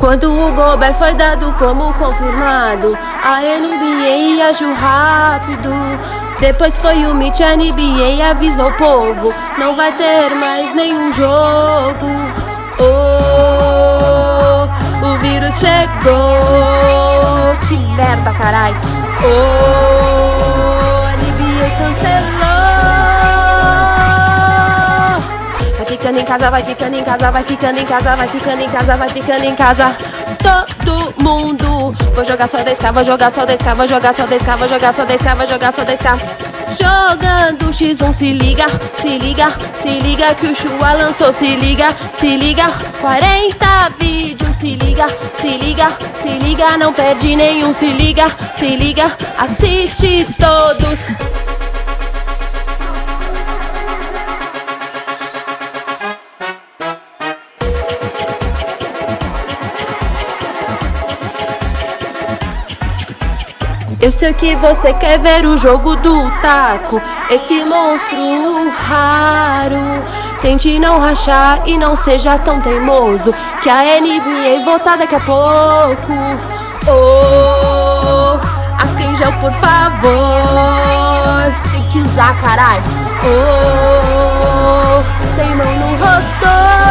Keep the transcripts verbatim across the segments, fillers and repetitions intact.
Quando o Gobert foi dado como confirmado, a N B A agiu rápido. Depois foi o Mitch, a N B A avisou o povo: não vai ter mais nenhum jogo. Oh, o vírus chegou. Que merda, carai. Oh, a N B A cancelou. Vai ficando em casa, vai ficando em casa, vai ficando em casa, vai ficando em casa, vai ficando em casa. Todo mundo. Vou jogar só dez K, vou jogar só dez K, vou jogar só dez K, vou jogar só dez K, vou jogar só dez K. Jogando xis um, se liga, se liga, se liga que o Chua lançou, se liga, se liga. quarenta vídeos, se liga, se liga, se liga, não perde nenhum, se liga, se liga, assiste todos. Eu sei que você quer ver o jogo do taco, esse monstro raro. Tente não rachar e não seja tão teimoso, que a N B A volta daqui a pouco. Oh, álcool em gel, por favor. Tem que usar, caralho. Oh, sem mão no rosto.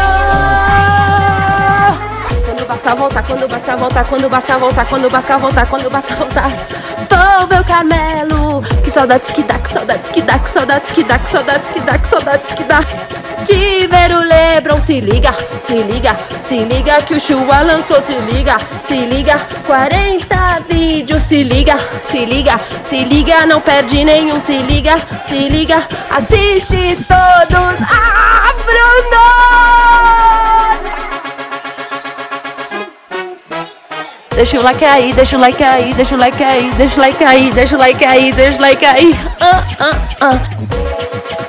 Quando o Basca voltar, quando o Basca voltar, quando o Basca voltar, quando o Basca voltar, quando o Basca voltar. Vou ver o Carmelo. Que saudades que dá, que saudades que dá, que saudades que dá, que saudades que dá, que saudades que dá. De ver o LeBron, se liga, se liga, se liga que o Chua lançou, se liga, se liga. quarenta vídeos, se liga, se liga, se liga, não perde nenhum, se liga, se liga, assiste todos. Ah, Bruno! Deixa o like aí, deixa o like aí, deixa o like aí, deixa o like aí, deixa o like aí, deixa o like aí. Ah, ah, ah.